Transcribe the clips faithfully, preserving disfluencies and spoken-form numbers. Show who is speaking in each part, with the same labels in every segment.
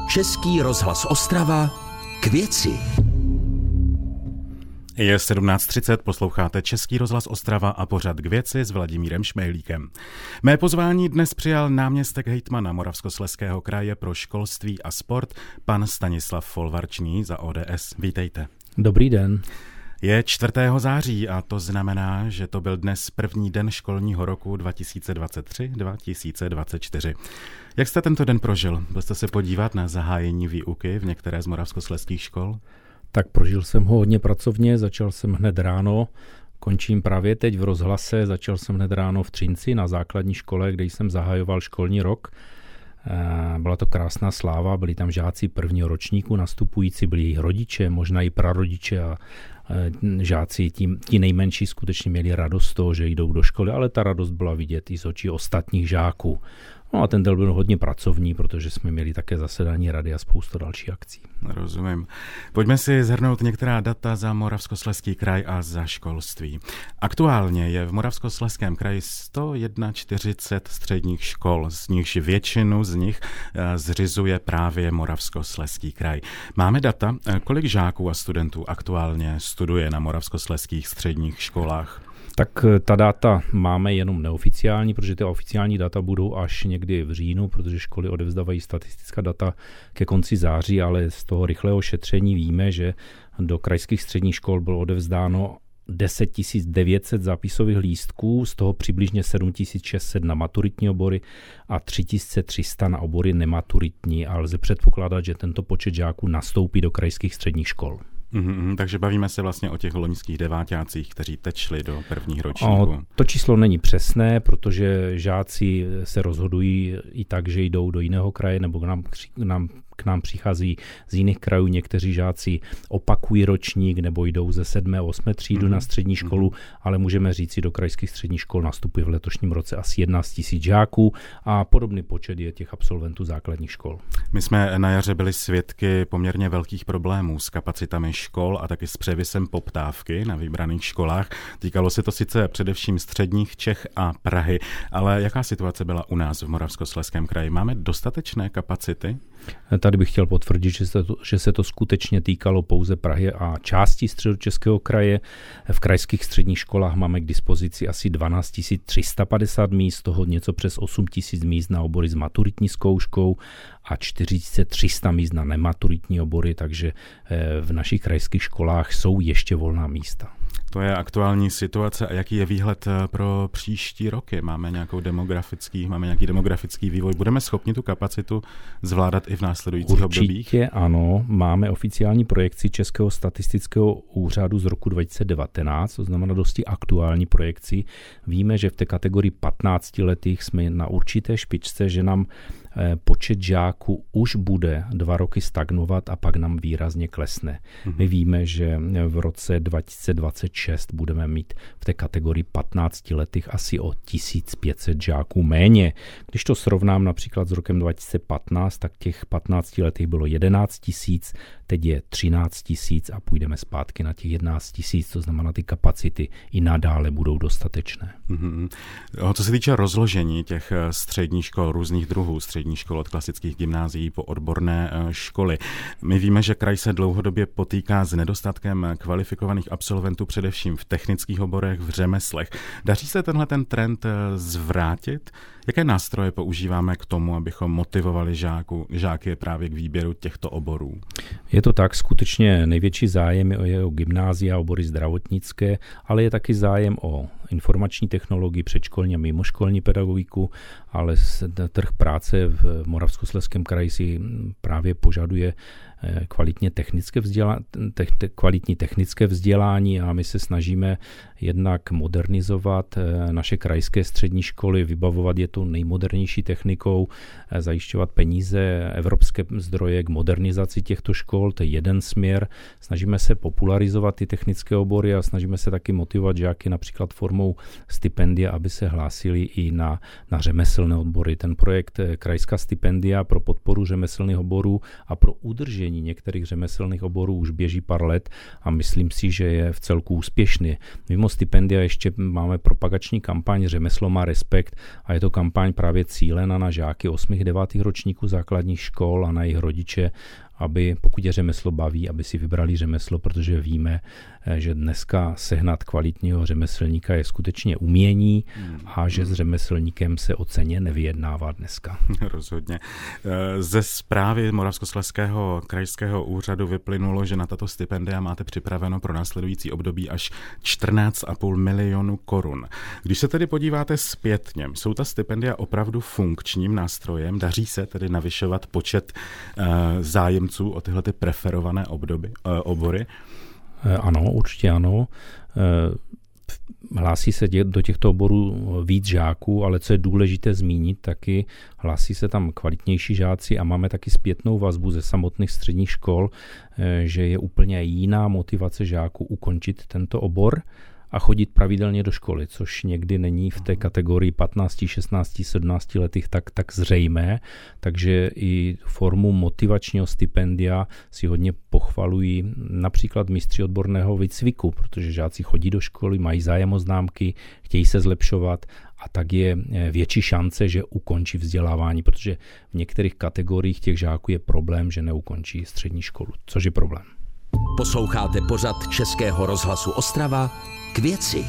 Speaker 1: Český rozhlas Ostrava k věci.
Speaker 2: Je sedmnáct třicet, posloucháte Český rozhlas Ostrava a pořad k věci s Vladimírem Šmejlíkem. Mé pozvání dnes přijal náměstek hejtmana Moravskoslezského kraje pro školství a sport, pan Stanislav Folvarční za O D S. Vítejte.
Speaker 3: Dobrý den.
Speaker 2: Je čtvrtého září a to znamená, že to byl dnes první den školního roku dva tisíce dvacet tři dva tisíce dvacet čtyři. Jak jste tento den prožil? Byl jste se podívat na zahájení výuky v některé z moravskoslezských škol?
Speaker 3: Tak prožil jsem ho hodně pracovně, začal jsem hned ráno, končím právě teď v rozhlase, začal jsem hned ráno v Třinci na základní škole, kde jsem zahajoval školní rok. Byla to krásná sláva, byli tam žáci prvního ročníku nastupující, byli jejich rodiče, možná i prarodiče a žáci, ti, ti nejmenší skutečně měli radost z toho, že jdou do školy, ale ta radost byla vidět i z očí ostatních žáků. No a ten den byl hodně pracovní, protože jsme měli také zasedání rady a spoustu dalších akcí.
Speaker 2: Rozumím. Pojďme si shrnout některá data za Moravskoslezský kraj a za školství. Aktuálně je v Moravskoslezském kraji sto čtyřicet jedna středních škol, z nichž většinu z nich zřizuje právě Moravskoslezský kraj. Máme data, kolik žáků a studentů aktuálně studuje na moravskoslezských středních školách?
Speaker 3: Tak ta data máme jenom neoficiální, protože ty oficiální data budou až někdy v říjnu, protože školy odevzdávají statistická data ke konci září, ale z toho rychlého šetření víme, že do krajských středních škol bylo odevzdáno deset tisíc devět set zápisových lístků, z toho přibližně sedm tisíc šest set na maturitní obory a tři tisíce tři sta na obory nematuritní, a lze předpokládat, že tento počet žáků nastoupí do krajských středních škol.
Speaker 2: Mm-hmm, takže bavíme se vlastně o těch loňských deváťácích, kteří teď šli do prvních ročníků.
Speaker 3: O, to číslo není přesné, protože žáci se rozhodují i tak, že jdou do jiného kraje nebo k nám, k nám, k nám přichází z jiných krajů. Někteří žáci opakují ročník nebo jdou ze sedmé a osmé třídu mm-hmm. na střední školu, mm-hmm. ale můžeme říct, do krajských středních škol nastupuje v letošním roce asi jedenáct tisíc žáků a podobný počet je těch absolventů základních škol.
Speaker 2: My jsme na jaře byli svědky poměrně velkých problémů s kapacitami škol a taky s převisem poptávky na vybraných školách. Týkalo se to sice především středních Čech a Prahy, ale jaká situace byla u nás v Moravskoslezském kraji? Máme dostatečné kapacity?
Speaker 3: Tady bych chtěl potvrdit, že se, to, že se to skutečně týkalo pouze Prahy a části Středočeského kraje. V krajských středních školách máme k dispozici asi dvanáct tisíc tři sta padesát míst, z toho něco přes osm tisíc míst na obory s maturitní zkouškou a čtyři tisíce tři sta míst na nematuritní obory, takže v našich krajských školách jsou ještě volná místa.
Speaker 2: To je aktuální situace. A jaký je výhled pro příští roky? Máme nějakou demografický, máme nějaký demografický vývoj? Budeme schopni tu kapacitu zvládat i v následujících obdobích?
Speaker 3: Určitě ano. Máme oficiální projekci Českého statistického úřadu z roku dva tisíce devatenáct, to znamená dosti aktuální projekci. Víme, že v té kategorii patnáctiletých jsme na určité špičce, že nám počet žáků už bude dva roky stagnovat a pak nám výrazně klesne. Mm-hmm. My víme, že v roce dva tisíce dvacet šest budeme mít v té kategorii patnáctiletých asi o tisíc pět set žáků méně. Když to srovnám například s rokem dva tisíce patnáct, tak těch patnáctiletých bylo jedenáct tisíc, teď je třináct tisíc a půjdeme zpátky na těch jedenáct tisíc, to znamená, ty kapacity i nadále budou dostatečné.
Speaker 2: Mm-hmm. Co se týče rozložení těch středních škol, různých druhů středních škol, od klasických gymnázií po odborné školy. My víme, že kraj se dlouhodobě potýká s nedostatkem kvalifikovaných absolventů především v technických oborech, v řemeslech. Daří se tenhle ten trend zvrátit? Jaké nástroje používáme k tomu, abychom motivovali žáku, žáky právě k výběru těchto oborů?
Speaker 3: Je to tak, skutečně největší zájem je o gymnázia a obory zdravotnické, ale je taky zájem o informační technologii, předškolní a mimoškolní pedagogiku, ale trh práce v Moravskoslezském kraji si právě požaduje kvalitně technické vzdělání, te, kvalitní technické vzdělání a my se snažíme jednak modernizovat naše krajské střední školy, vybavovat je tu nejmodernější technikou, zajišťovat peníze, evropské zdroje k modernizaci těchto škol, to je jeden směr. Snažíme se popularizovat ty technické obory a snažíme se taky motivovat žáky například formou stipendia, aby se hlásili i na, na řemeslné odbory. Ten projekt Krajská stipendia pro podporu řemeslných oborů a pro udržení některých řemeslných oborů už běží pár let a myslím si, že je v celku úspěšný. Mimo stipendia ještě máme propagační kampaň Řemeslo má respekt a je to kampaň kampaň právě cílena na žáky osmých, devátých ročníků základních škol a na jejich rodiče, aby pokud je řemeslo baví, aby si vybrali řemeslo, protože víme, že dneska sehnat kvalitního řemeslníka je skutečně umění a že s řemeslníkem se o ceně nevyjednává dneska.
Speaker 2: Rozhodně. Ze zprávy Moravskoslezského krajského úřadu vyplynulo, že na tato stipendia máte připraveno pro následující období až čtrnáct a půl milionu korun. Když se tedy podíváte zpětně, jsou ta stipendia opravdu funkčním nástrojem? Daří se tedy navyšovat počet uh, zájemců o tyhle ty preferované obdoby, uh, obory?
Speaker 3: Ano, určitě ano. Hlásí se do těchto oborů víc žáků, ale co je důležité zmínit, taky hlásí se tam kvalitnější žáci a máme taky zpětnou vazbu ze samotných středních škol, že je úplně jiná motivace žáků ukončit tento obor a chodit pravidelně do školy, což někdy není v té kategorii patnáct, šestnáct, sedmnáct letých tak, tak zřejmé, takže i formu motivačního stipendia si hodně pochvalují například mistři odborného výcviku, protože žáci chodí do školy, mají zájem o známky, chtějí se zlepšovat a tak je větší šance, že ukončí vzdělávání, protože v některých kategoriích těch žáků je problém, že neukončí střední školu, což je problém.
Speaker 1: Posloucháte pořad Českého rozhlasu Ostrava K věci.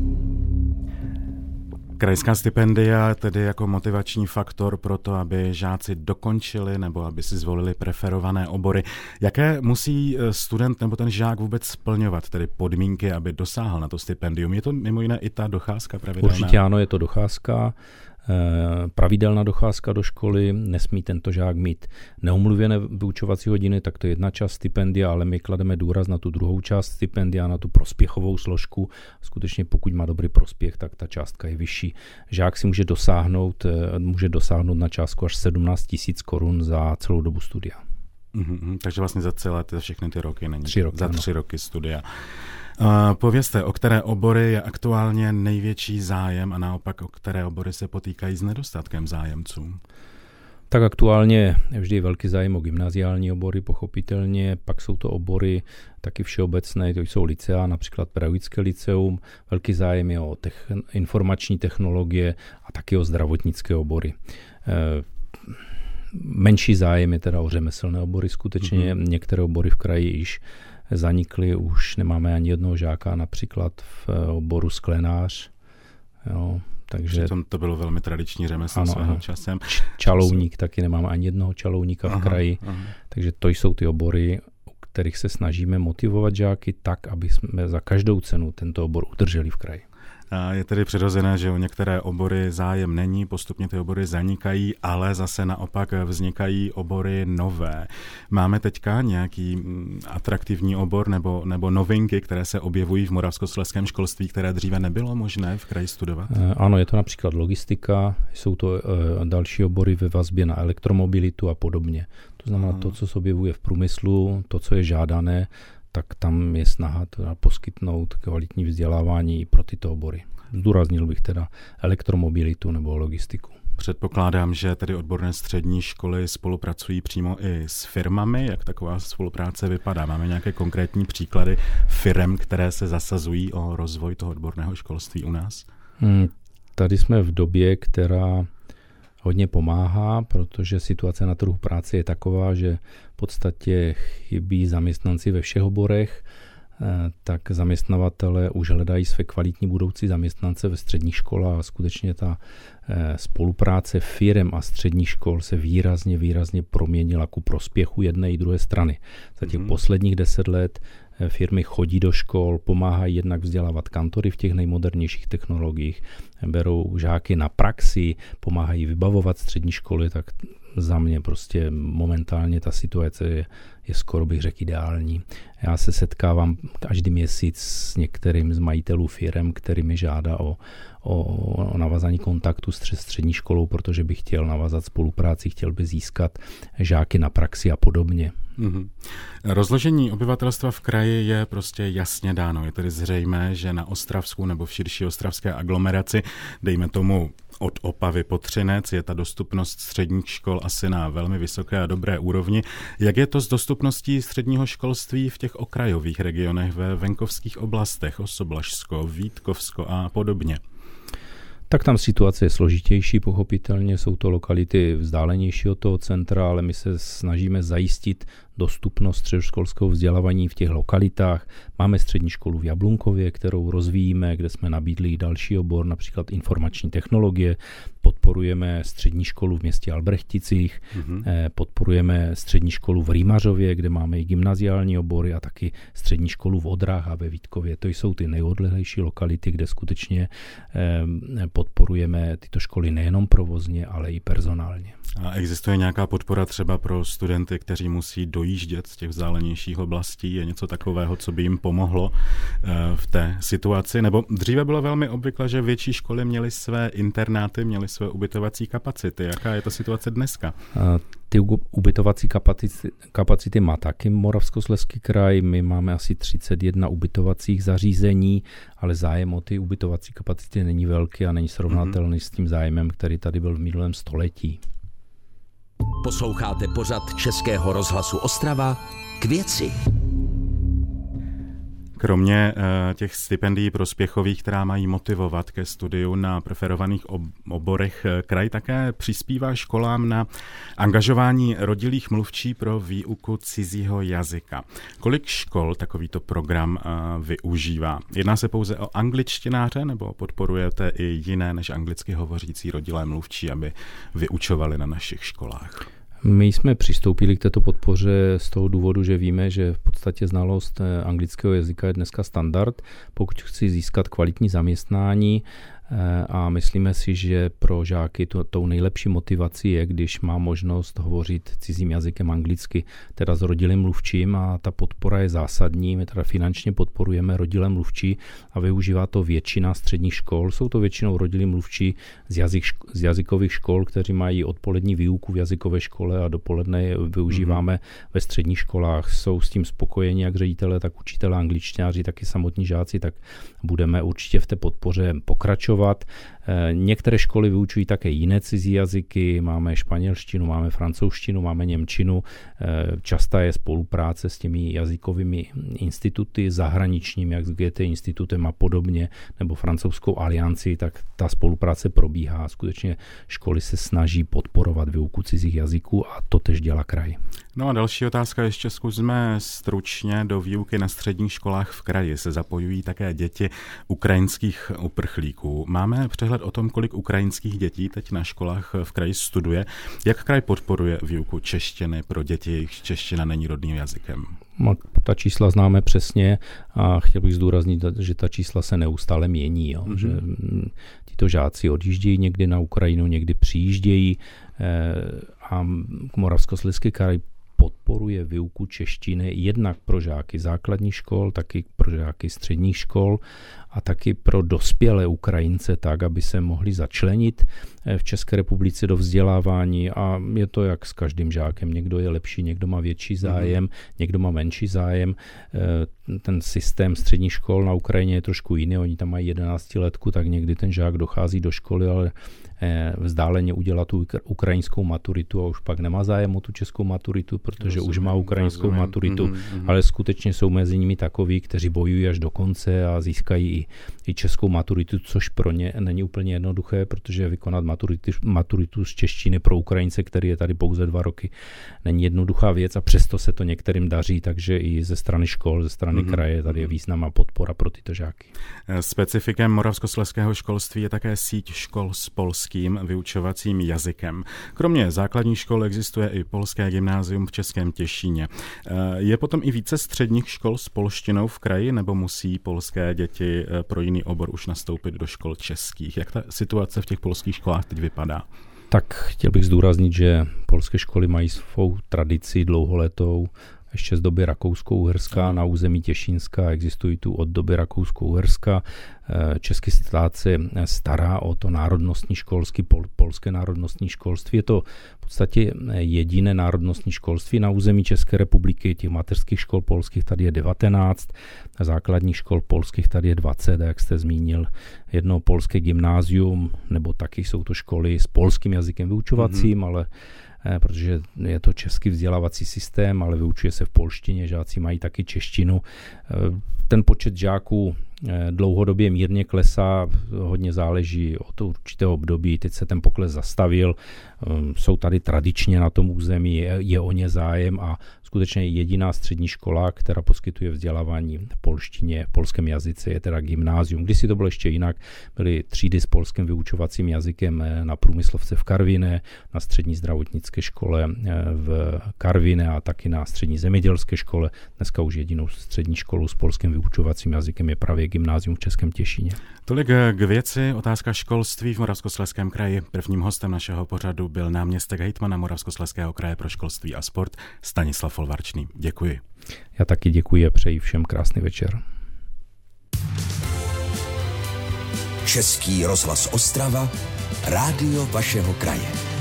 Speaker 2: Krajská stipendia tedy jako motivační faktor pro to, aby žáci dokončili nebo aby si zvolili preferované obory. Jaké musí student nebo ten žák vůbec splňovat, tedy podmínky, aby dosáhl na to stipendium? Je to mimo jiné i ta docházka pravidelná?
Speaker 3: Určitě ano, je to docházka. Pravidelná docházka do školy, nesmí tento žák mít neumluvěné vyučovací hodiny, tak to je jedna část stipendia, ale my klademe důraz na tu druhou část stipendia, na tu prospěchovou složku. Skutečně pokud má dobrý prospěch, tak ta částka je vyšší. Žák si může dosáhnout, může dosáhnout na částku až sedmnáct tisíc korun za celou dobu studia.
Speaker 2: Mm-hmm, takže vlastně za celé ty, všechny ty roky není.
Speaker 3: Tři roky,
Speaker 2: za
Speaker 3: ano.
Speaker 2: tři roky studia. Uh, povězte, o které obory je aktuálně největší zájem a naopak o které obory se potýkají s nedostatkem zájemců?
Speaker 3: Tak aktuálně je vždy velký zájem o gymnaziální obory, pochopitelně, pak jsou to obory taky všeobecné, to jsou licea, například pedagogické liceum, velký zájem je o tech, informační technologie a taky o zdravotnické obory. E, menší zájem je teda o řemeslné obory, skutečně mm-hmm. některé obory v kraji již zanikly, už nemáme ani jednoho žáka, například v oboru sklenář. Jo, takže
Speaker 2: přitom to bylo velmi tradiční řemeslo svého časem.
Speaker 3: Čalouník, taky nemáme ani jednoho čalouníka v kraji. Aha, aha. Takže to jsou ty obory, u kterých se snažíme motivovat žáky tak, aby jsme za každou cenu tento obor udrželi v kraji.
Speaker 2: Je tedy přirozené, že o některé obory zájem není, postupně ty obory zanikají, ale zase naopak vznikají obory nové. Máme teďka nějaký atraktivní obor nebo, nebo novinky, které se objevují v moravskoslezském školství, které dříve nebylo možné v kraji studovat?
Speaker 3: Ano, je to například logistika, jsou to další obory ve vazbě na elektromobilitu a podobně. To znamená Aha. to, co se objevuje v průmyslu, to, co je žádané, tak tam je snaha teda poskytnout kvalitní vzdělávání i pro tyto obory. Zdůraznil bych teda elektromobilitu nebo logistiku.
Speaker 2: Předpokládám, že tedy odborné střední školy spolupracují přímo i s firmami. Jak taková spolupráce vypadá? Máme nějaké konkrétní příklady firem, které se zasazují o rozvoj toho odborného školství u nás?
Speaker 3: Hmm, tady jsme v době, která hodně pomáhá, protože situace na trhu práce je taková, že v podstatě chybí zaměstnanci ve všech oborech, tak zaměstnavatele už hledají své kvalitní budoucí zaměstnance ve středních školách a skutečně ta spolupráce firem a středních škol se výrazně, výrazně proměnila ku prospěchu jedné i druhé strany. Za těch mm. posledních deset let firmy chodí do škol, pomáhají jednak vzdělávat kantory v těch nejmodernějších technologiích, berou žáky na praxi, pomáhají vybavovat střední školy, tak za mě prostě momentálně ta situace je, je skoro bych řekl ideální. Já se setkávám každý měsíc s některým z majitelů firem, který mi žádá o, o, o navazání kontaktu s střední školou, protože bych chtěl navazat spolupráci, chtěl by získat žáky na praxi a podobně.
Speaker 2: Mm-hmm. Rozložení obyvatelstva v kraji je prostě jasně dáno. Je tedy zřejmé, že na Ostravsku nebo v širší ostravské aglomeraci, dejme tomu od Opavy po Třinec, je ta dostupnost středních škol asi na velmi vysoké a dobré úrovni. Jak je to s dostupností středního školství v těch okrajových regionech, ve venkovských oblastech, Osoblažsko, Vítkovsko a podobně?
Speaker 3: Tak tam situace je složitější, pochopitelně jsou to lokality vzdálenější od toho centra, ale my se snažíme zajistit dostupnost středoškolského vzdělávání v těch lokalitách. Máme střední školu v Jablunkově, kterou rozvíjíme, kde jsme nabídli i další obor, například informační technologie. Podporujeme střední školu v městě Albrechticích, mm-hmm. podporujeme střední školu v Rýmařově, kde máme i gymnaziální obory a taky střední školu v Odrách a ve Vítkově. To jsou ty nejodlehlejší lokality, kde skutečně podporujeme tyto školy nejenom provozně, ale i personálně.
Speaker 2: A existuje nějaká podpora třeba pro studenty, kteří musí dojíždět z těch vzdálenějších oblastí? Je něco takového, co by jim pomohlo v té situaci? Nebo dříve bylo velmi obvykle, že větší školy měly své internáty, měly své ubytovací kapacity. Jaká je ta situace dneska?
Speaker 3: A ty ubytovací kapacity, kapacity má taky Moravskoslezský kraj. My máme asi třicet jedna ubytovacích zařízení, ale zájem o ty ubytovací kapacity není velký a není srovnatelný mm-hmm. s tím zájmem, který tady byl v minulém století.
Speaker 1: Posloucháte pořad Českého rozhlasu Ostrava K věci.
Speaker 2: Kromě uh, těch stipendií prospěchových, která mají motivovat ke studiu na preferovaných ob- oborech, kraj také přispívá školám na angažování rodilých mluvčí pro výuku cizího jazyka. Kolik škol takovýto program uh, využívá? Jedná se pouze o angličtináře, nebo podporujete i jiné než anglicky hovořící rodilé mluvčí, aby vyučovali na našich školách?
Speaker 3: My jsme přistoupili k této podpoře z toho důvodu, že víme, že v podstatě znalost anglického jazyka je dneska standard, pokud chci získat kvalitní zaměstnání, a myslíme si, že pro žáky to, tou nejlepší motivací je, když má možnost hovořit cizím jazykem anglicky, teda s rodilým mluvčím, a ta podpora je zásadní. My teda finančně podporujeme rodilé mluvčí a využívá to většina středních škol. Jsou to většinou rodilí mluvčí z, jazyk, z jazykových škol, kteří mají odpolední výuku v jazykové škole a dopoledne je využíváme mm-hmm. ve středních školách. Jsou s tím spokojeni jak ředitelé, tak učitelé, angličtináři, tak i samotní žáci, tak budeme určitě v té podpoře pokračovat. Některé školy vyučují také jiné cizí jazyky, máme španělštinu, máme francouzštinu, máme němčinu. Častá je spolupráce s těmi jazykovými instituty, zahraničním, jak s G T institutem a podobně, nebo francouzskou alianci, tak ta spolupráce probíhá. Skutečně školy se snaží podporovat výuku cizích jazyků a to tež dělá kraj.
Speaker 2: No a další otázka, ještě zkusme stručně. Do výuky na středních školách v kraji se zapojují také děti ukrajinských uprchlíků. Máme přehled o tom, kolik ukrajinských dětí teď na školách v kraji studuje? Jak kraj podporuje výuku češtiny pro děti, jejichž čeština není rodným jazykem?
Speaker 3: Ta čísla známe přesně a chtěl bych zdůraznit, že ta čísla se neustále mění. Jo? Mm-hmm. Že tito žáci odjíždějí někdy na Ukrajinu, někdy přijíždějí a Moravskoslezský kraj podporuje výuku češtiny jednak pro žáky základních škol, taky pro žáky středních škol a taky pro dospělé Ukrajince tak, aby se mohli začlenit v České republice do vzdělávání, a je to jak s každým žákem. Někdo je lepší, někdo má větší zájem, mm-hmm. někdo má menší zájem. Ten systém středních škol na Ukrajině je trošku jiný, oni tam mají jedenáctiletku, tak někdy ten žák dochází do školy, ale vzdáleně udělat tu ukrajinskou maturitu a už pak nemá zájem o tu českou maturitu, protože rozumím, už má ukrajinskou rozumím. maturitu, mm-hmm. ale skutečně jsou mezi nimi takoví, kteří bojují až do konce a získají i, i českou maturitu, což pro ně není úplně jednoduché, protože vykonat maturitu, maturitu z češtiny pro Ukrajince, který je tady pouze dva roky, není jednoduchá věc a přesto se to některým daří, takže i ze strany škol, ze strany mm-hmm. kraje tady je významná podpora pro tyto žáky.
Speaker 2: Specifikem moravskoslezského školství je také síť škol s polským vyučovacím jazykem. Kromě základních škol existuje i polské gymnázium v Českém Těšíně. Je potom i více středních škol s polštinou v kraji, nebo musí polské děti pro jiný obor už nastoupit do škol českých? Jak ta situace v těch polských školách teď vypadá?
Speaker 3: Tak chtěl bych zdůraznit, že polské školy mají svou tradici dlouholetou, ještě z doby Rakousko-Uherska na území Těšínska, existují tu od doby Rakousko-Uherska. Český stát se stará o to národnostní školství, pol, polské národnostní školství. Je to v podstatě jediné národnostní školství na území České republiky. Těch mateřských škol polských tady je devatenáct, základních škol polských tady je dvacet, jak jste zmínil, jedno polské gymnázium, nebo taky jsou to školy s polským jazykem vyučovacím, mm-hmm. ale protože je to český vzdělávací systém, ale vyučuje se v polštině, žáci mají taky češtinu. Ten počet žáků dlouhodobě mírně klesá, hodně záleží od určitého období, teď se ten pokles zastavil, jsou tady tradičně na tom území, je, je o ně zájem a skutečně jediná střední škola, která poskytuje vzdělávání v polštině, v polském jazyce, je teda gymnázium. Kdysi to bylo ještě jinak, byly třídy s polským vyučovacím jazykem na průmyslovce v Karviné, na střední zdravotnické škole v Karviné a taky na střední zemědělské škole. Dneska už jedinou střední školou s polským vyučovacím jazykem je právě gymnázium v Českém Těšíně.
Speaker 2: Tolik k věci, otázka školství v Moravskoslezském kraji. Prvním hostem našeho pořadu byl náměstek hejtmana Moravskoslezského kraje pro školství a sport Stanislav Folvarčný. Děkuji.
Speaker 3: Já taky děkuji a přeji všem krásný večer.
Speaker 1: Český rozhlas Ostrava, rádio vašeho kraje.